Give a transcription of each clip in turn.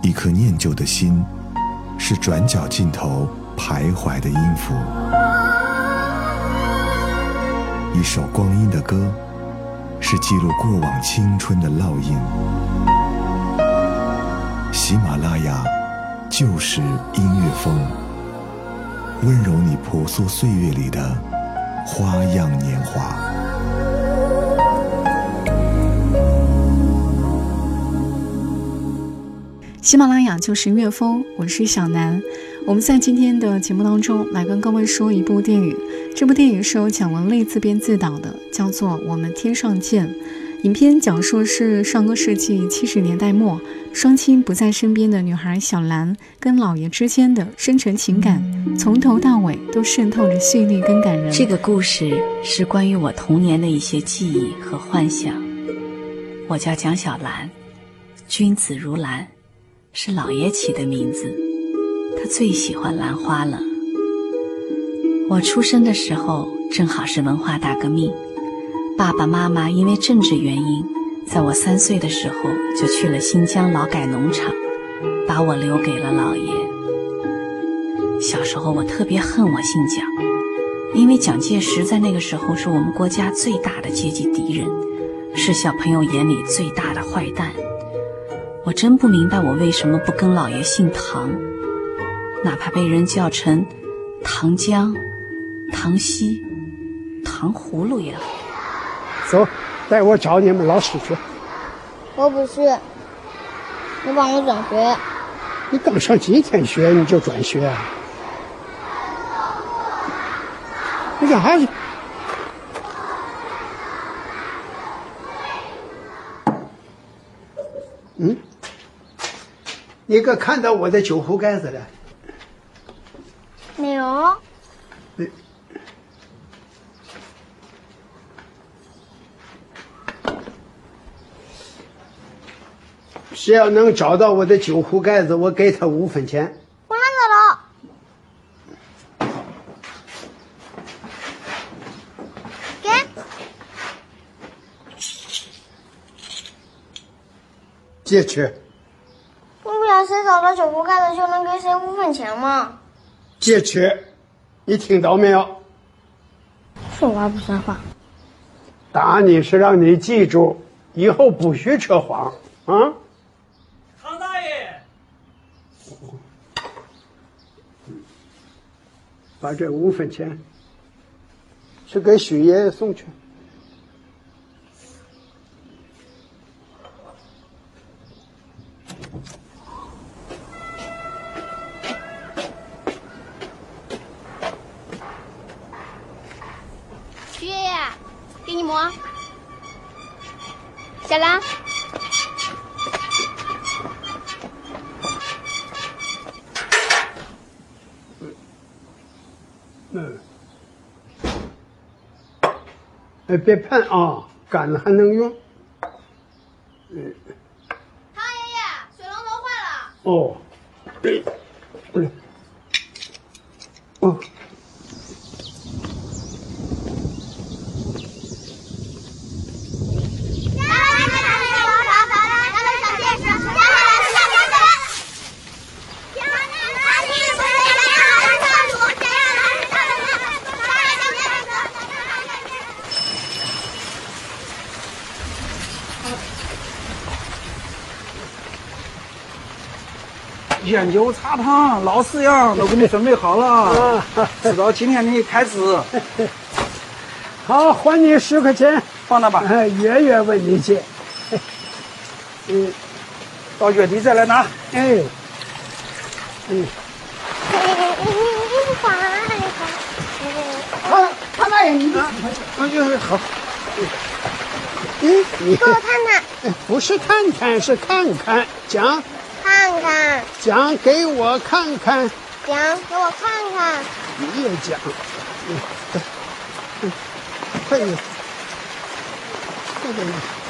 一颗念旧的心，是转角尽头徘徊的音符。一首光阴的歌，是记录过往青春的烙印。喜马拉雅就是音乐风，温柔你婆娑岁月里的花样年华。 喜马拉雅就是音乐风，我是小南。我们在今天的节目当中来跟各位说一部电影，这部电影是由蒋雯丽自编自导的，叫做《我们天上见》。影片讲述是上个世纪70年代末，双亲不在身边的女孩小兰跟姥爷之间的深沉情感，从头到尾都渗透着细腻跟感人。 这个故事是关于我童年的一些记忆和幻想。我叫蒋小兰，君子如兰，是姥爷起的名字，他最喜欢兰花了。我出生的时候正好是文化大革命，爸爸妈妈因为政治原因，在我3岁的时候就去了新疆劳改农场，把我留给了姥爷。小时候我特别恨我姓蒋，因为蒋介石在那个时候是我们国家最大的阶级敌人，是小朋友眼里最大的坏蛋。我真不明白我为什么不跟姥爷姓唐，哪怕被人叫成唐江、唐西、糖葫芦也好。 走，带我找你们老师去。 我不去，你帮我转学。 你刚上几天学你就转学啊？你干啥去？你可看到我的酒壶盖子了？ 没有。 谁要能找到我的酒壶盖子，我给他5分钱。 我拿到了。给。 借去。 你不要谁找到酒壶盖子就能给谁5分钱吗？ 借去，你听到没有？ 说话不算话。 打你是让你记住，以后不许扯谎啊！ 唐大爷， 把这5分钱去给许爷爷送去。 许爷爷，给你摸。小兰。 别喷啊，干了还能用。 唐爷爷，水龙头坏了。 哦，哦。 研究茶汤老四样都给你准备好了，直到今天的开支。 好，还你10块钱， 放那吧。 月月问你借。 到月底再来拿。 唐大爷，你好。你给我看看。 不是看看，是看看。讲。 看看。 讲给我看看。 讲给我看看。 你也讲。快点。快点。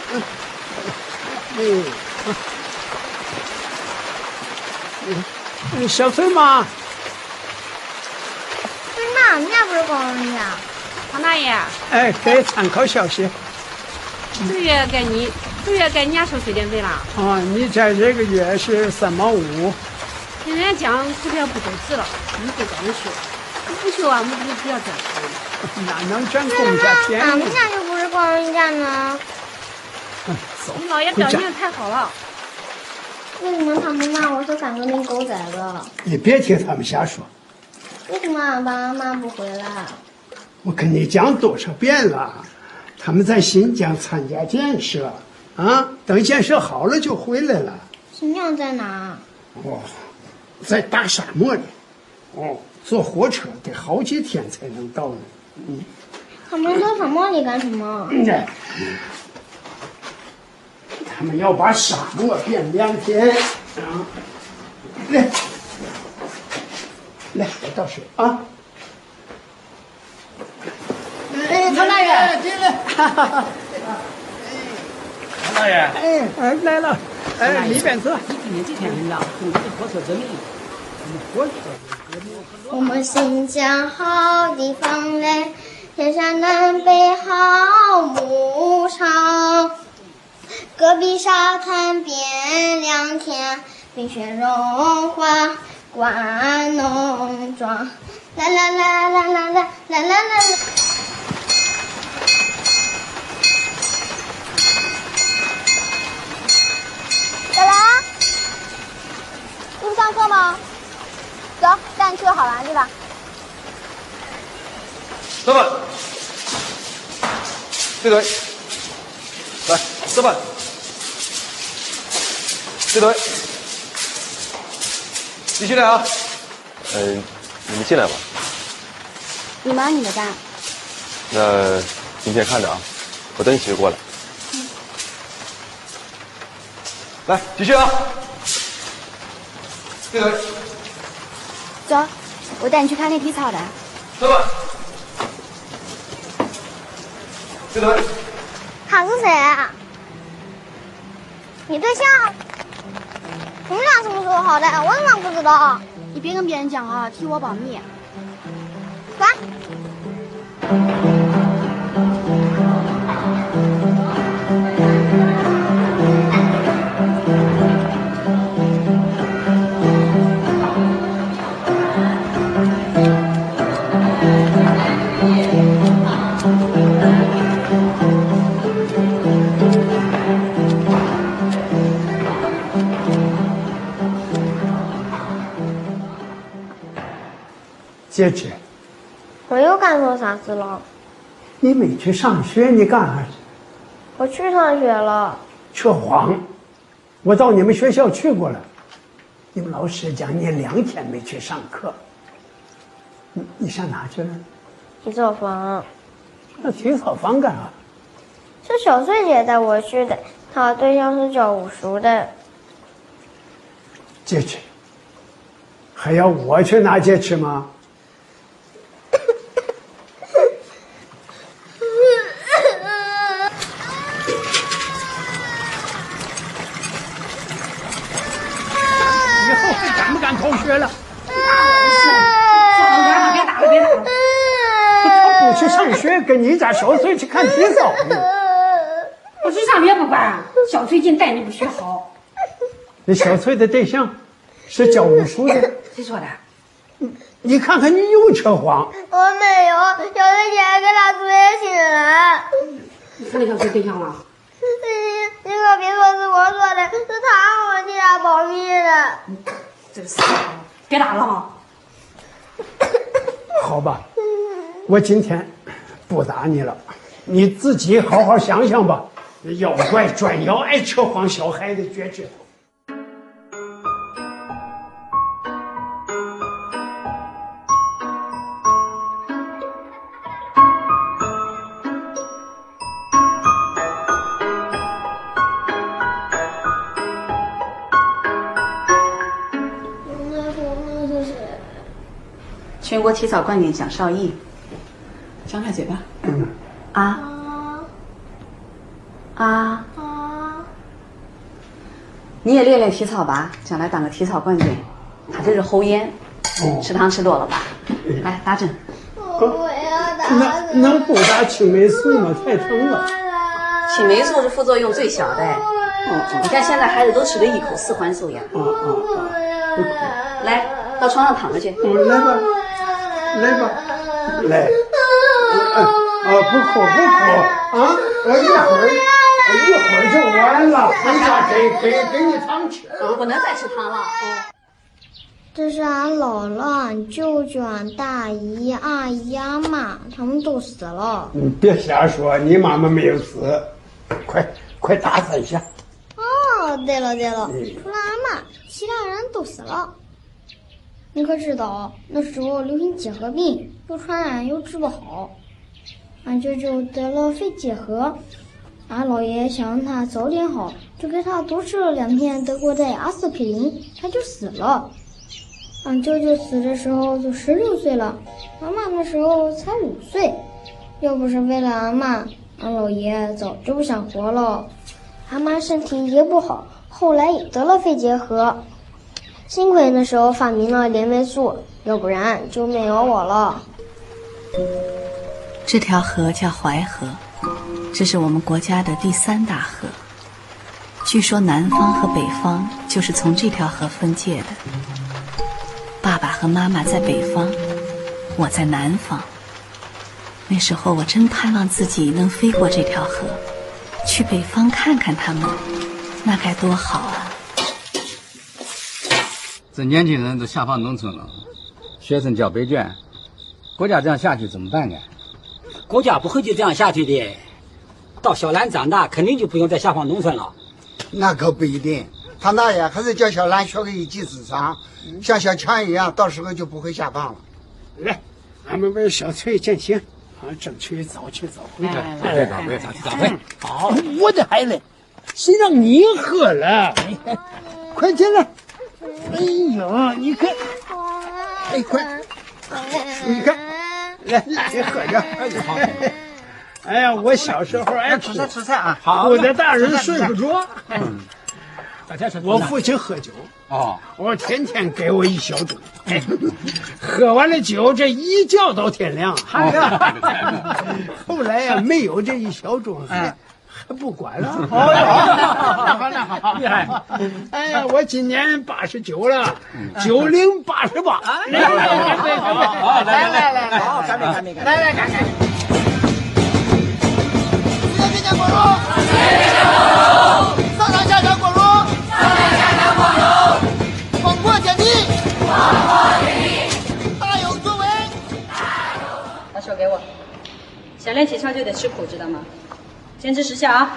小翠吗？ 真的，你家不是光荣的。 唐大爷， 给参考消息。 这月给你， 这月该人家收水电费了。 啊，你在这个月是3毛5。 人家讲图片不够值了，你不光修，不修啊，我们不要赚钱。 哪能赚公家便宜？ 俺们家就不是光人家呢。 走， 你姥爷表现太好了。 为什么他们骂我是3个那狗崽子？ 你别听他们瞎说。 为什么俺爸俺妈不回来？ 我跟你讲多少遍了，他们在新疆参加建设，啊，等建设好了就回来了。 新疆在哪？ 哦，在大沙漠里，哦，坐火车得好几天才能到呢。 他们到沙漠里干什么？ 他们要把沙漠变良田啊！来，我倒水啊！ 唐大爷进来！ 唐大爷， 来了，里边坐。 你今天人家公司火车真密，火车我们新疆好地方嘞，天山南北好牧场，戈壁沙滩变良田，冰雪融化关农庄，啦啦啦啦啦啦啦啦啦。小兰，你不上课吗？走，带你去个好玩的地方。 师范，对队，来，师范，对队，你进来啊。你们进来吧。 你忙你的吧。 那今天看着啊，我等你起来过来。来，继续啊。对队， 走，我带你去看练体操的。 师范，对队。 他是谁啊？你对象？你们俩什么时候好的？我怎么不知道？你别跟别人讲啊，替我保密。来。 姐姐， 我又干错啥事了？ 你没去上学，你干啥去？ 我去上学了。 扯谎！我到你们学校去过了，你们老师讲你2天没去上课。你上哪去了？ 体操房。 那体操房干啥？ 是小翠姐带我去的，她对象是教武术的。 戒尺，还要我去拿戒尺吗？以后还敢不敢逃学了？ 别打了，别打了。 他不去上学，跟你家小翠去看体操呢。 我去上学不管，小翠净带你不学好。 那小翠的对象是教武术的。 谁说的？ 你看看你又扯谎。 我没有，小翠姐跟他住在一起了。 你看那小翠对象了？ 你可别说是我说的，是他让我替他保密的。 这个死好，别打了哈。 好吧，我今天不打你了，你自己好好想想吧。妖怪专要爱扯谎小孩的绝技。 全国体操冠军蒋少义，张开嘴巴。啊！你也练练体操吧，将来当个体操冠军。他这是喉炎，吃糖吃多了吧？来打针。 我要打。 能不打青霉素吗？太疼了。 青霉素是副作用最小的。你看现在孩子都吃的一口4环素呀。来，到床上躺着去。 来吧，来吧，来。不哭啊！我一会儿就完了，回家给你汤吃啊！ 不能再吃汤了。 这是俺姥姥、俺舅舅、俺大姨、阿姨、阿妈，他们都死了。 你别瞎说，你妈妈没有死，快打3下。 哦，对了，除了俺妈，其他人都死了。你可知道，那时候流行结核病，又传染又治不好。俺舅舅得了肺结核，俺姥爷想让他早点好，就给他多吃了2片德国的阿司匹林，他就死了。俺舅舅死的时候就16岁了，俺妈那时候才5岁。要不是为了俺妈，俺姥爷早就不想活了。俺妈身体也不好，后来也得了肺结核。幸亏那时候发明了链霉素，要不然就没有我了。 这条河叫淮河，这是我们国家的第3大河。据说南方和北方就是从这条河分界的。爸爸和妈妈在北方，我在南方。那时候我真盼望自己能飞过这条河，去北方看看他们，那该多好啊！ 这年轻人都下放农村了，学生交白卷，国家这样下去怎么办呢？ 国家不会就这样下去的。到小兰长大，肯定就不用再下放农村了。 那可不一定，他那样还是叫小兰学个一技之长，像小强一样，到时候就不会下放了。 来，俺们为小翠践行，争取早去早回。 早回。好， 我的孩子，谁让你喝了？快进来！哎呀，你看，快，你看，来，你喝着。哎呀，我小时候爱哭， 吃菜啊！ 哭的大人睡不着。我父亲喝酒，我天天给我1小盅，喝完了酒，这一觉到天亮。后来呀，没有这1小盅，还不管了。好，厉害！哎呀，我今年89了，90、88。 来，好，干杯！来，干！ 别讲过路，上上下下过路，广阔简地，大有作为。 把手给我，想练体操就得吃苦，知道吗？坚持10下啊！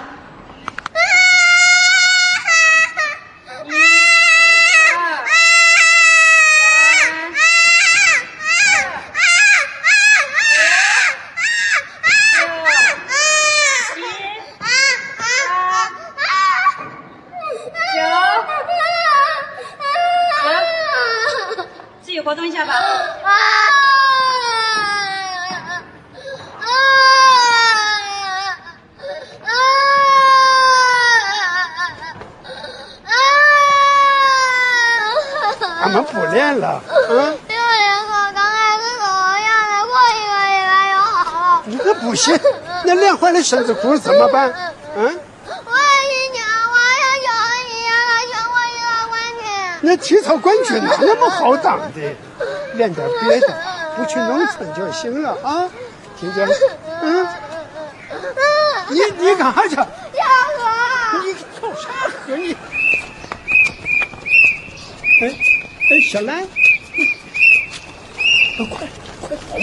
自己活动一下吧。 俺们不练了， 有人和刚开始跟我一样的，过1个礼拜就好了。 那不行，那练坏了身子骨怎么办？ 我今年我想教一样的全国体操冠军。 那体操冠军哪那么好当的？练点别的，不去农村就行了啊！听见？你干啥去？ 下河。 你跳啥河你？小兰，快跑！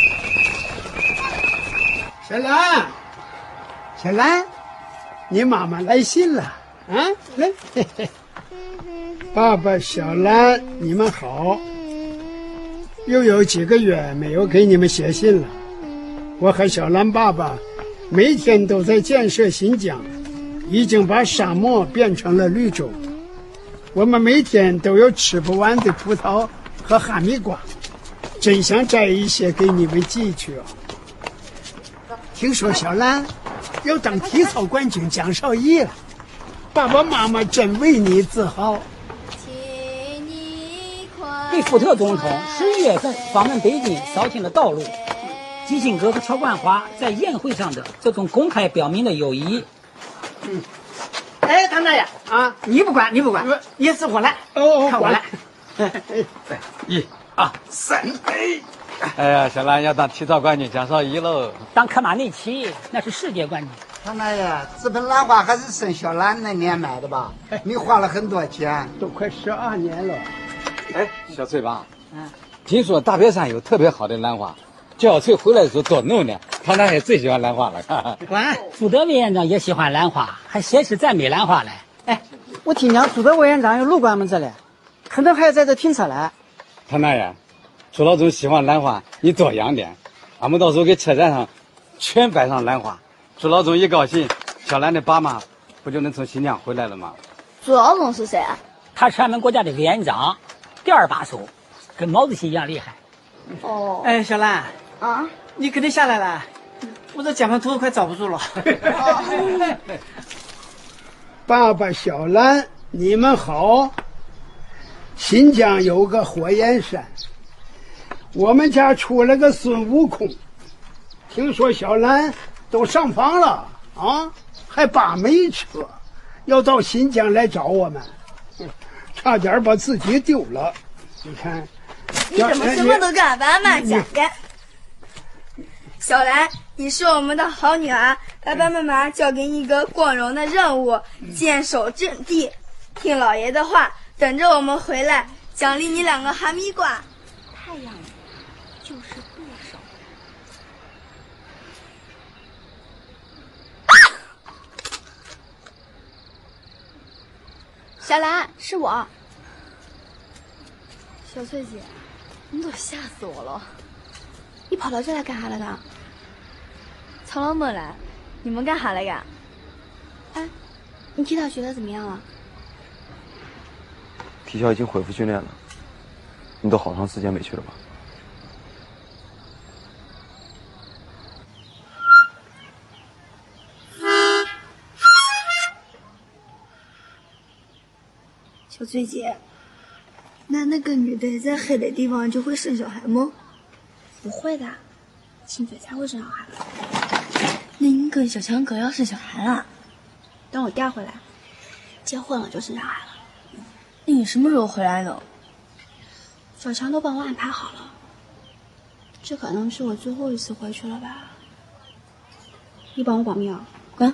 小兰，你妈妈来信了啊！来，爸爸、小兰，你们好。又有几个月没有给你们写信了。我和小兰爸爸每天都在建设新疆，已经把沙漠变成了绿洲。我们每天都有吃不完的葡萄和哈密瓜，真想摘一些给你们寄去啊！听说小兰要当体操冠军江少义了，爸爸妈妈真为你自豪。 被福特总统11月份访问北京，扫清了道路。基辛格和乔冠华在宴会上的这种公开表明的友谊， 哎，唐大爷啊，你不管，你是我来。看我来。 1、2、3，哎呀，小兰要当体操冠军，江少1喽。 当科马内奇那是世界冠军。 唐大爷，这盆兰花还是生小兰那年买的吧？你花了很多钱， 都快12年了。 哎，小翠吧，听说大别山有特别好的兰花，叫小翠回来的时候多弄点。唐大爷最喜欢兰花了。 朱德委员长也喜欢兰花，还写诗赞美兰花嘞。 哎，我听讲朱德委员长又路过俺们这里，可能还在这停车嘞。 唐大爷，朱老总喜欢兰花，你多养点，俺们到时候给车站上全摆上兰花。朱老总一高兴，小兰的爸妈不就能从新疆回来了吗？ 朱老总是谁啊？ 他是俺们国家的委员长，第2把手，跟毛主席一样厉害。 哦。 哎，小兰啊， 你肯定下来了，我这键盘图快遭不住了。 爸爸、小兰，你们好。新疆有个火焰山，我们家出了个孙悟空。听说小兰都上访了啊，还扒煤车，要到新疆来找我们，差点把自己丢了。你看， 你怎么什么都敢慢慢讲的？小兰，你是我们的好女儿，爸爸妈妈交给你一个光荣的任务，坚守阵地，听老爷的话，等着我们回来，奖励你2个哈密瓜。太阳就是不少。小兰，是我。小翠姐，你都吓死我了！你跑到这来干啥来的？曹老们来，你们干啥来干？哎，你体操学的怎么样了？ 体校已经恢复训练了，你都好长时间没去了吧？ 小翠姐，那个女的在黑的地方就会生小孩吗？不会的，亲嘴才会生小孩。那你跟小强哥要生小孩了，等我调回来，结婚了就生小孩了。那你什么时候回来呢？小强都帮我安排好了，这可能是我最后一次回去了吧。你帮我保密啊，滚！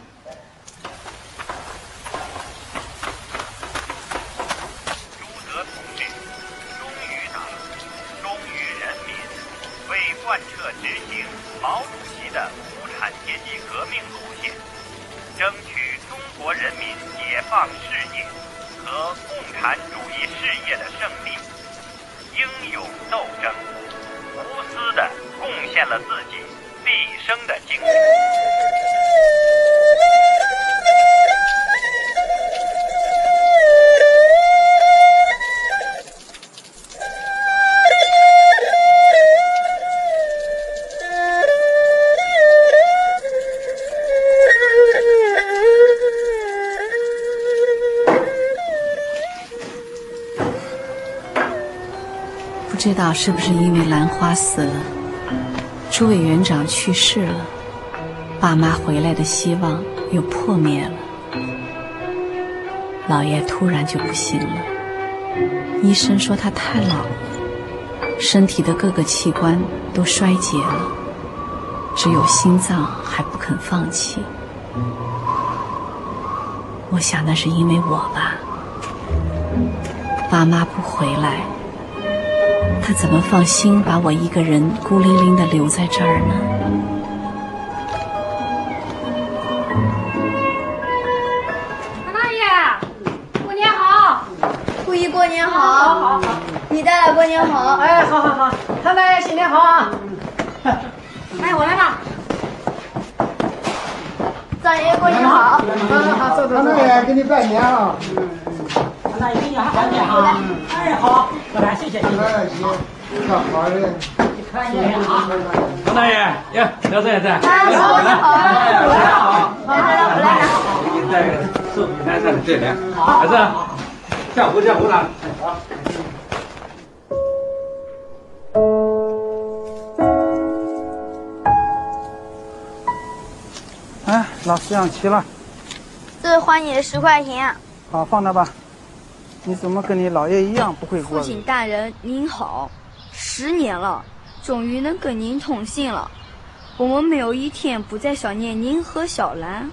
贯彻执行毛主席的无产阶级革命路线，争取中国人民解放事业和共产主义事业的胜利，英勇斗争，无私地贡献了自己毕生的精力。 不知道是不是因为兰花死了，朱委员长去世了，爸妈回来的希望又破灭了。老爷突然就不行了，医生说他太老了，身体的各个器官都衰竭了，只有心脏还不肯放弃。我想那是因为我吧，爸妈不回来，他怎么放心把我一个人孤零零地留在这儿呢？ 唐大爷，过年好！ 姑姨过年好！ 好。 你带来过年好！ 哎，好，唐大爷新年好啊！ 哎，我来吧。 张爷爷过年好！ 好，走。 唐大爷给你拜年啊！ 唐大爷给你拜年啊！哎，好，来，谢谢。 干好的。 唐大爷，呀，小郑也在。 好，你好。来， 你带个寿比南山的对联，儿子，下湖了。好。 哎，老师让齐了。 这子还你10块钱。 好，放那吧。你怎么跟你姥爷一样不会过日子？ 父亲大人您好，10年了，终于能跟您通信了。我们没有一天不再想念您和小兰。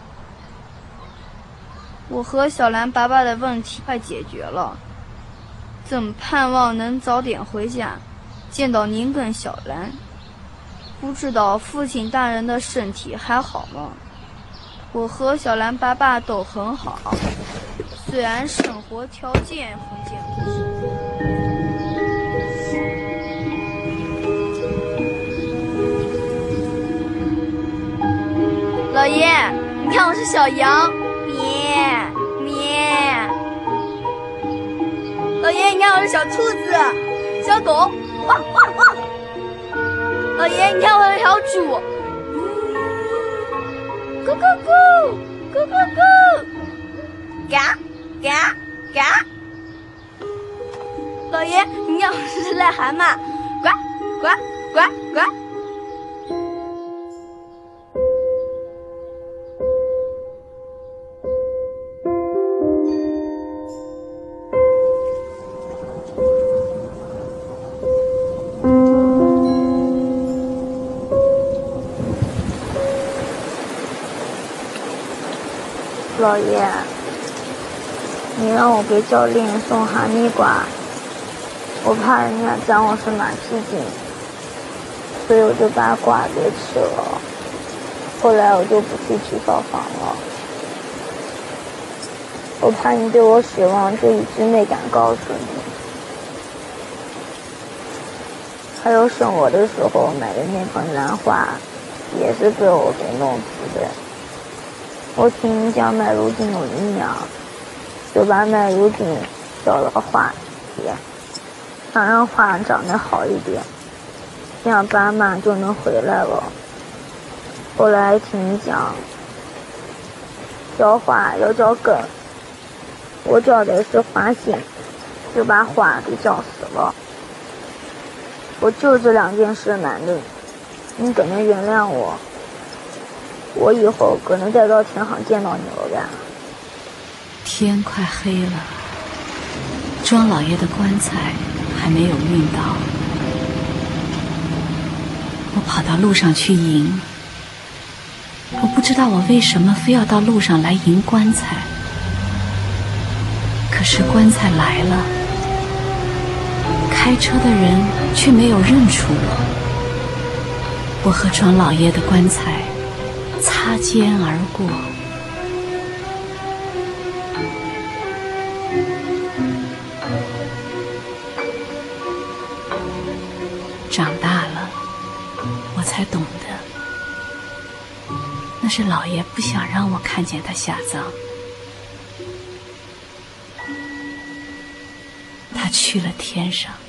我和小兰爸爸的问题快解决了，正盼望能早点回家，见到您跟小兰。不知道父亲大人的身体还好吗？我和小兰爸爸都很好，虽然生活条件很艰苦。老爷，你看我是小羊，咩咩。老爷，你看我是小兔子，小狗，汪汪汪。老爷，你看我是小猪，咕咕咕，咕咕咕，嘎嘎嘎。老爷，你看我是癞蛤蟆，呱呱呱呱。老爷，你让我给教练送哈密瓜，我怕人家讲我是马屁精，所以我就把瓜给吃了。后来我就不去体操房了，我怕你对我失望，就一直没敢告诉你。还有生我的时候买的那盆兰花，也是被我给弄死的。我听你讲麦乳精有营养，就把麦乳精浇到花里，想让花长得好一点，这样爸妈就能回来了。后来听你讲，浇花要浇根，我浇的是花心，就把花给浇死了。我就这2件事瞒着你，你可能原谅我。我以后可能再到天上见到你了吧。 天快黑了，庄老爷的棺材还没有运到，我跑到路上去迎。我不知道我为什么非要到路上来迎棺材，可是棺材来了，开车的人却没有认出我。我和庄老爷的棺材擦肩而过。长大了，我才懂得，那是老爷不想让我看见他下葬。他去了天上。